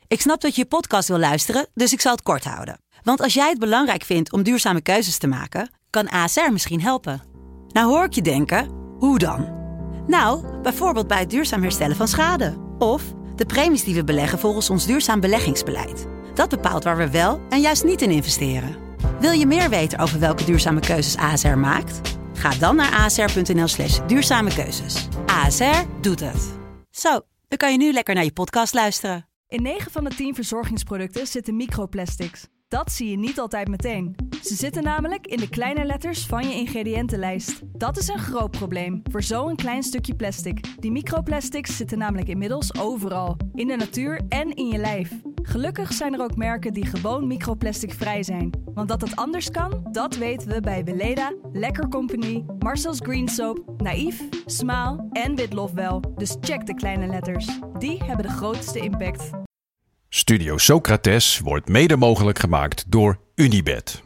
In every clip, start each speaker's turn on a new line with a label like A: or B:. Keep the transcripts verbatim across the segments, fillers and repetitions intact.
A: Ik snap dat je je podcast wil luisteren, dus ik zal het kort houden. Want als jij het belangrijk vindt om duurzame keuzes te maken, kan A S R misschien helpen. Nou hoor ik je denken, hoe dan? Nou, bijvoorbeeld bij het duurzaam herstellen van schade. Of de premies die we beleggen volgens ons duurzaam beleggingsbeleid. Dat bepaalt waar we wel en juist niet in investeren. Wil je meer weten over welke duurzame keuzes A S R maakt? Ga dan naar asr.nl slash duurzame keuzes. A S R doet het. Zo, dan kan je nu lekker naar je podcast luisteren.
B: In negen van de tien verzorgingsproducten zitten microplastics. Dat zie je niet altijd meteen. Ze zitten namelijk in de kleine letters van je ingrediëntenlijst. Dat is een groot probleem voor zo'n klein stukje plastic. Die microplastics zitten namelijk inmiddels overal. In de natuur en in je lijf. Gelukkig zijn er ook merken die gewoon microplasticvrij zijn. Want dat het anders kan, dat weten we bij Weleda, Lekker Company, Marcel's Green Soap, Naïef, Smaal en Witlof wel. Dus check de kleine letters. Die hebben de grootste impact.
C: Studio Socrates wordt mede mogelijk gemaakt door Unibet.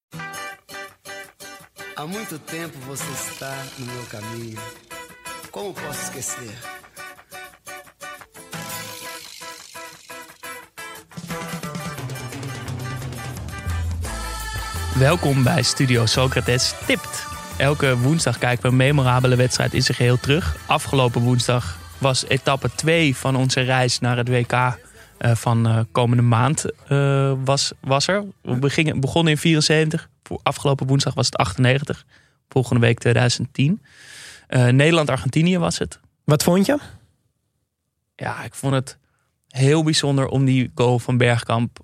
D: Há muito tempo você está no meu caminho. Como posso esquecer?
E: Welkom bij Studio Socrates Tipt. Elke woensdag kijken we een memorabele wedstrijd in zijn geheel terug. Afgelopen woensdag was etappe twee van onze reis naar het W K uh, van uh, komende maand uh, was, was er. We begingen, begonnen in vierenzeventig. Afgelopen woensdag was het achtennegentig. Volgende week tweeduizend tien. Uh, Nederland-Argentinië was het.
F: Wat vond je?
E: Ja, ik vond het heel bijzonder om die goal van Bergkamp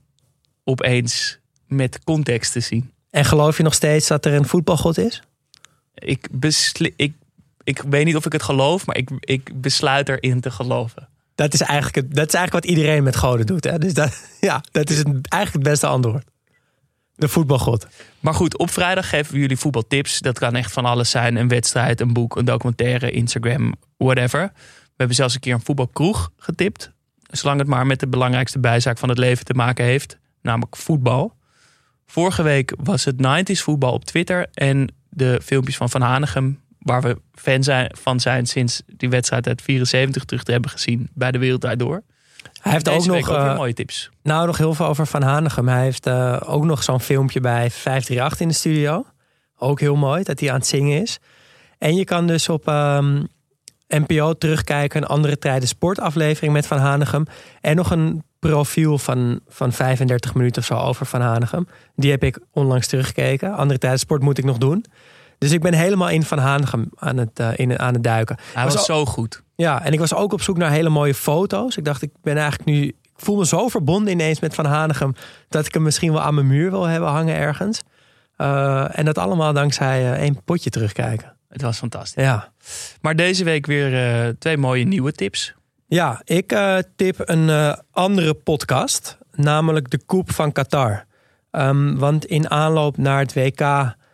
E: opeens met context te zien.
F: En geloof je nog steeds dat er een voetbalgod is?
E: Ik, besli- ik, ik weet niet of ik het geloof, maar ik, ik besluit erin te geloven.
F: Dat is eigenlijk, het, dat is eigenlijk wat iedereen met goden doet. Hè? Dus dat, ja, dat is het, eigenlijk het beste antwoord. De voetbalgod.
E: Maar goed, op vrijdag geven we jullie voetbaltips. Dat kan echt van alles zijn. Een wedstrijd, een boek, een documentaire, Instagram, whatever. We hebben zelfs een keer een voetbalkroeg getipt. Zolang het maar met de belangrijkste bijzaak van het leven te maken heeft. Namelijk voetbal. Vorige week was het negentig voetbal op Twitter. En de filmpjes van Van Hanegem, waar we fan zijn, van zijn sinds die wedstrijd uit vierenzeventig terug te hebben gezien bij de Wereld Draait Door.
F: Hij heeft
E: Deze
F: ook nog
E: week ook weer
F: uh,
E: mooie tips.
F: Nou, nog heel veel over Van Hanegem. Hij heeft uh, ook nog zo'n filmpje bij vijf drie acht in de studio. Ook heel mooi, dat hij aan het zingen is. En je kan dus op um, N P O terugkijken, een andere tijden sportaflevering met Van Hanegem. En nog een profiel van, van vijfendertig minuten of zo over Van Hanegem. Die heb ik onlangs teruggekeken. Andere tijden sport moet ik nog doen. Dus ik ben helemaal in Van Hanegem aan het, uh, in, aan het duiken.
E: Hij was, was
F: al,
E: zo goed.
F: Ja, en ik was ook op zoek naar hele mooie foto's. Ik dacht, ik ben eigenlijk nu... Ik voel me zo verbonden ineens met Van Hanegem... dat ik hem misschien wel aan mijn muur wil hebben hangen ergens. Uh, en dat allemaal dankzij uh, één potje terugkijken.
E: Het was fantastisch.
F: Ja.
E: Maar deze week weer uh, twee mooie nieuwe tips.
F: Ja, ik uh, tip een uh, andere podcast. Namelijk de Coupe van Qatar. Um, want in aanloop naar het W K...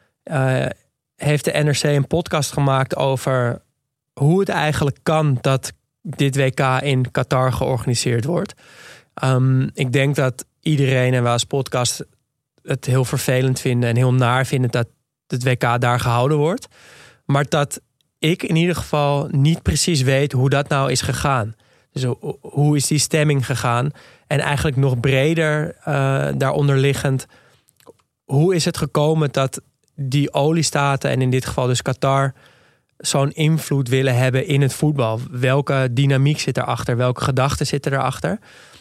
F: Uh, heeft de N R C een podcast gemaakt over hoe het eigenlijk kan dat dit W K in Qatar georganiseerd wordt. Um, ik denk dat iedereen en wij als podcast het heel vervelend vinden en heel naar vinden dat het W K daar gehouden wordt. Maar dat ik in ieder geval niet precies weet hoe dat nou is gegaan. Dus hoe is die stemming gegaan? En eigenlijk nog breder uh, daaronder liggend, hoe is het gekomen dat die oliestaten, en in dit geval dus Qatar, zo'n invloed willen hebben in het voetbal? Welke dynamiek zit erachter? Welke gedachten zitten erachter?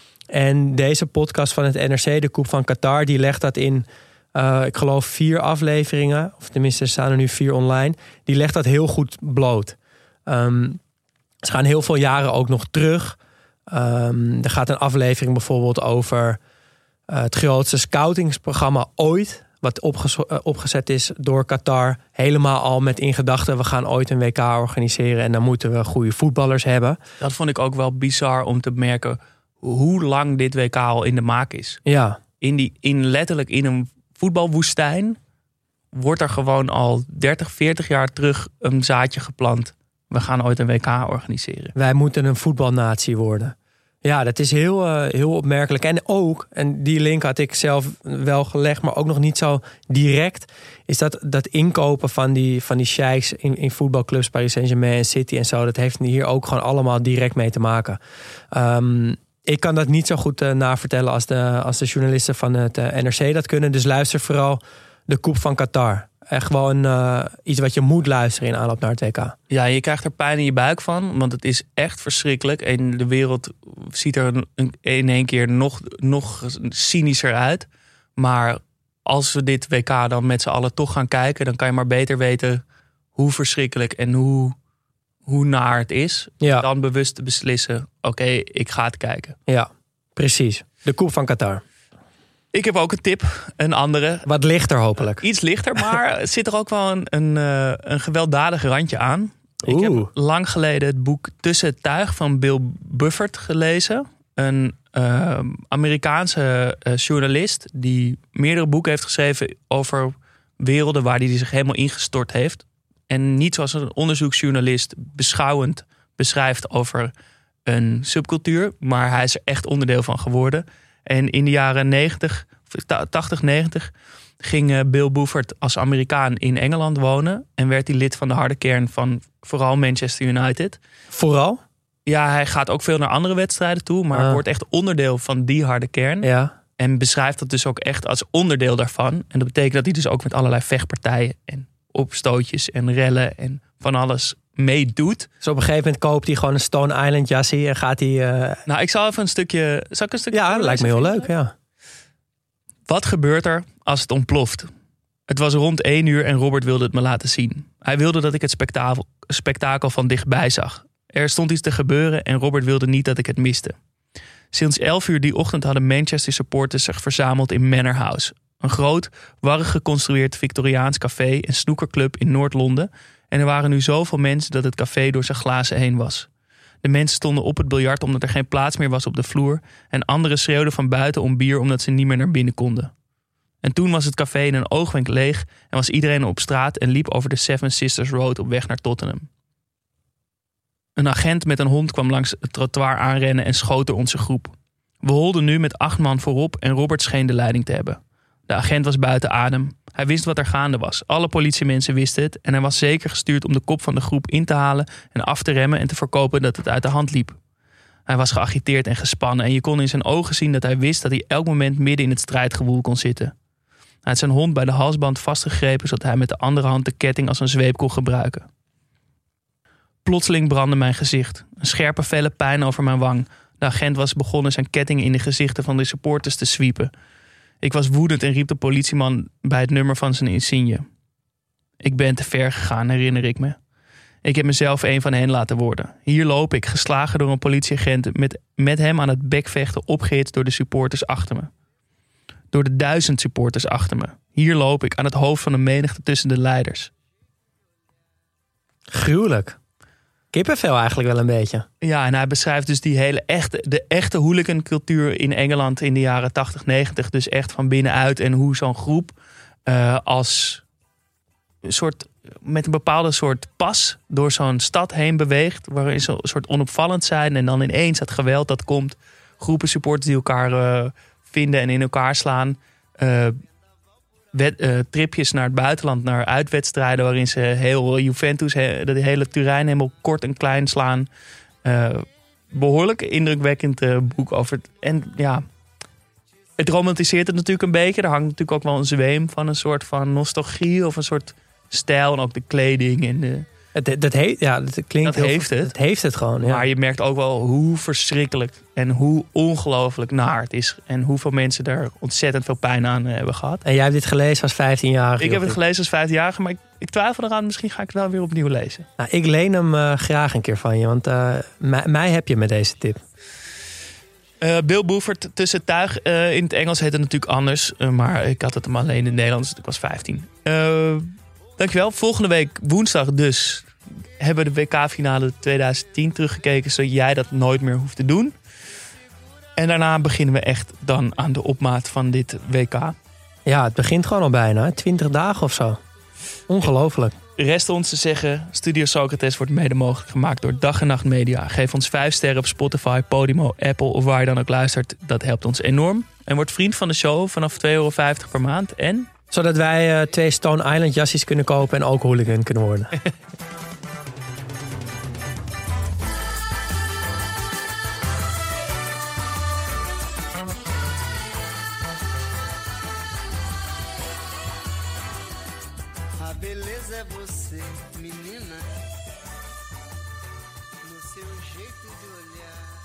F: En deze podcast van het N R C, de Coupe van Qatar, die legt dat in, uh, ik geloof, vier afleveringen. Of tenminste, er staan er nu vier online. Die legt dat heel goed bloot. Um, ze gaan heel veel jaren ook nog terug. Um, er gaat een aflevering bijvoorbeeld over uh, het grootste scoutingsprogramma ooit, wat opge- opgezet is door Qatar. Helemaal al met in gedachten, we gaan ooit een W K organiseren en dan moeten we goede voetballers hebben.
E: Dat vond ik ook wel bizar om te merken hoe lang dit W K al in de maak is.
F: Ja.
E: In die, in letterlijk in een voetbalwoestijn wordt er gewoon al dertig, veertig jaar terug een zaadje geplant. We gaan ooit een W K organiseren.
F: Wij moeten een voetbalnatie worden. Ja, dat is heel, uh, heel opmerkelijk. En ook, en die link had ik zelf wel gelegd, maar ook nog niet zo direct, is dat, dat inkopen van die, van die sheiks in, in voetbalclubs, Paris Saint-Germain, City en zo, dat heeft hier ook gewoon allemaal direct mee te maken. Um, ik kan dat niet zo goed uh, navertellen als de, als de journalisten van het uh, N R C dat kunnen. Dus luister vooral de Coupe van Qatar. Echt gewoon uh, iets wat je moet luisteren in aanloop naar het W K.
E: Ja, je krijgt er pijn in je buik van, want het is echt verschrikkelijk. En de wereld ziet er een, in één keer nog, nog cynischer uit. Maar als we dit W K dan met z'n allen toch gaan kijken, dan kan je maar beter weten hoe verschrikkelijk en hoe, hoe naar het is.
F: Ja.
E: Dan bewust te beslissen, oké, okay, ik ga het kijken.
F: Ja, precies. De Coupe van Qatar.
E: Ik heb ook een tip, een andere.
F: Wat lichter hopelijk.
E: Iets lichter, maar er zit er ook wel een, een, een gewelddadig randje aan.
F: Oeh.
E: Ik heb lang geleden het boek Tussen het Tuig van Bill Bufford gelezen. Een uh, Amerikaanse uh, journalist die meerdere boeken heeft geschreven over werelden waar hij zich helemaal ingestort heeft. En niet zoals een onderzoeksjournalist beschouwend beschrijft over een subcultuur, maar hij is er echt onderdeel van geworden. En in de jaren negentig, tachtig, negentig ging Bill Bufford als Amerikaan in Engeland wonen en werd hij lid van de harde kern van vooral Manchester United.
F: Vooral?
E: Ja, hij gaat ook veel naar andere wedstrijden toe, maar
F: ah.
E: wordt echt onderdeel van die harde kern.
F: Ja.
E: En beschrijft dat dus ook echt als onderdeel daarvan. En dat betekent dat hij dus ook met allerlei vechtpartijen en opstootjes en rellen en van alles meedoet.
F: Dus op een gegeven moment koopt hij gewoon een Stone Island jasje en gaat hij... Uh...
E: Nou, ik zal even een stukje... Zal ik een stukje
F: ja, dat lijkt me heel leuk, ja.
E: Wat gebeurt er als het ontploft? Het was rond één uur en Robert wilde het me laten zien. Hij wilde dat ik het spektakel, spektakel van dichtbij zag. Er stond iets te gebeuren en Robert wilde niet dat ik het miste. Sinds elf uur die ochtend hadden Manchester supporters zich verzameld in Manor House. Een groot, warrig geconstrueerd Victoriaans café en snoekerclub in Noord-Londen. En er waren nu zoveel mensen dat het café door zijn glazen heen was. De mensen stonden op het biljart omdat er geen plaats meer was op de vloer. En anderen schreeuwden van buiten om bier omdat ze niet meer naar binnen konden. En toen was het café in een oogwenk leeg en was iedereen op straat en liep over de Seven Sisters Road op weg naar Tottenham. Een agent met een hond kwam langs het trottoir aanrennen en schoot door onze groep. We holden nu met acht man voorop en Robert scheen de leiding te hebben. De agent was buiten adem. Hij wist wat er gaande was. Alle politiemensen wisten het en hij was zeker gestuurd om de kop van de groep in te halen en af te remmen en te voorkomen dat het uit de hand liep. Hij was geagiteerd en gespannen en je kon in zijn ogen zien dat hij wist dat hij elk moment midden in het strijdgewoel kon zitten. Hij had zijn hond bij de halsband vastgegrepen zodat hij met de andere hand de ketting als een zweep kon gebruiken. Plotseling brandde mijn gezicht. Een scherpe felle pijn over mijn wang. De agent was begonnen zijn kettingen in de gezichten van de supporters te zwiepen. Ik was woedend en riep de politieman bij het nummer van zijn insigne. Ik ben te ver gegaan, herinner ik me. Ik heb mezelf een van hen laten worden. Hier loop ik, geslagen door een politieagent, met, met hem aan het bekvechten, opgehitst door de supporters achter me. Door de duizend supporters achter me. Hier loop ik aan het hoofd van de menigte tussen de leiders.
F: Gruwelijk. Kippenvel eigenlijk wel een beetje.
E: Ja, en hij beschrijft dus die hele echte, de echte hooligancultuur in Engeland in de jaren tachtig, negentig. Dus echt van binnenuit en hoe zo'n groep uh, als een soort, met een bepaalde soort pas door zo'n stad heen beweegt. Waarin ze een soort onopvallend zijn en dan ineens het geweld dat komt. Groepen supporters die elkaar uh, vinden en in elkaar slaan. Uh, Wet, uh, tripjes naar het buitenland, naar uitwedstrijden waarin ze heel Juventus, he, de hele Turijn helemaal kort en klein slaan. Uh, behoorlijk indrukwekkend uh, boek over het. En ja, het romantiseert het natuurlijk een beetje. Er hangt natuurlijk ook wel een zweem van een soort van nostalgie of een soort stijl en ook de kleding en de.
F: Het, dat, he, ja, dat klinkt
E: dat
F: heel,
E: heeft het.
F: Het heeft het gewoon. Ja.
E: Maar je merkt ook wel hoe verschrikkelijk en hoe ongelooflijk naar het is. En hoeveel mensen daar ontzettend veel pijn aan hebben gehad.
F: En jij hebt dit gelezen als vijftienjarige?
E: Ik heb het gelezen als vijftienjarige, maar ik, ik twijfel eraan. Misschien ga ik het wel weer opnieuw lezen.
F: Nou, ik leen hem uh, graag een keer van je, want uh, mij, mij heb je met deze tip.
E: Uh, Bill Bufford, Tussen het Tuig. Uh, in het Engels heet het natuurlijk anders. Uh, maar ik had het hem alleen in het Nederlands. Dus ik was vijftien. Uh, dankjewel. Volgende week woensdag dus hebben we de W K-finale tweeduizend tien teruggekeken. Zodat jij dat nooit meer hoeft te doen. En daarna beginnen we echt dan aan de opmaat van dit W K.
F: Ja, het begint gewoon al bijna. twintig dagen of zo. Ongelooflijk.
E: Rest ons te zeggen, Studio Socrates wordt mede mogelijk gemaakt door Dag en Nacht Media. Geef ons vijf sterren op Spotify, Podimo, Apple of waar je dan ook luistert. Dat helpt ons enorm. En word vriend van de show vanaf twee euro vijftig per maand. En
F: zodat wij uh, twee Stone Island jassies kunnen kopen en ook hooligan kunnen worden.
D: A beleza é você, menina, no seu jeito de olhar.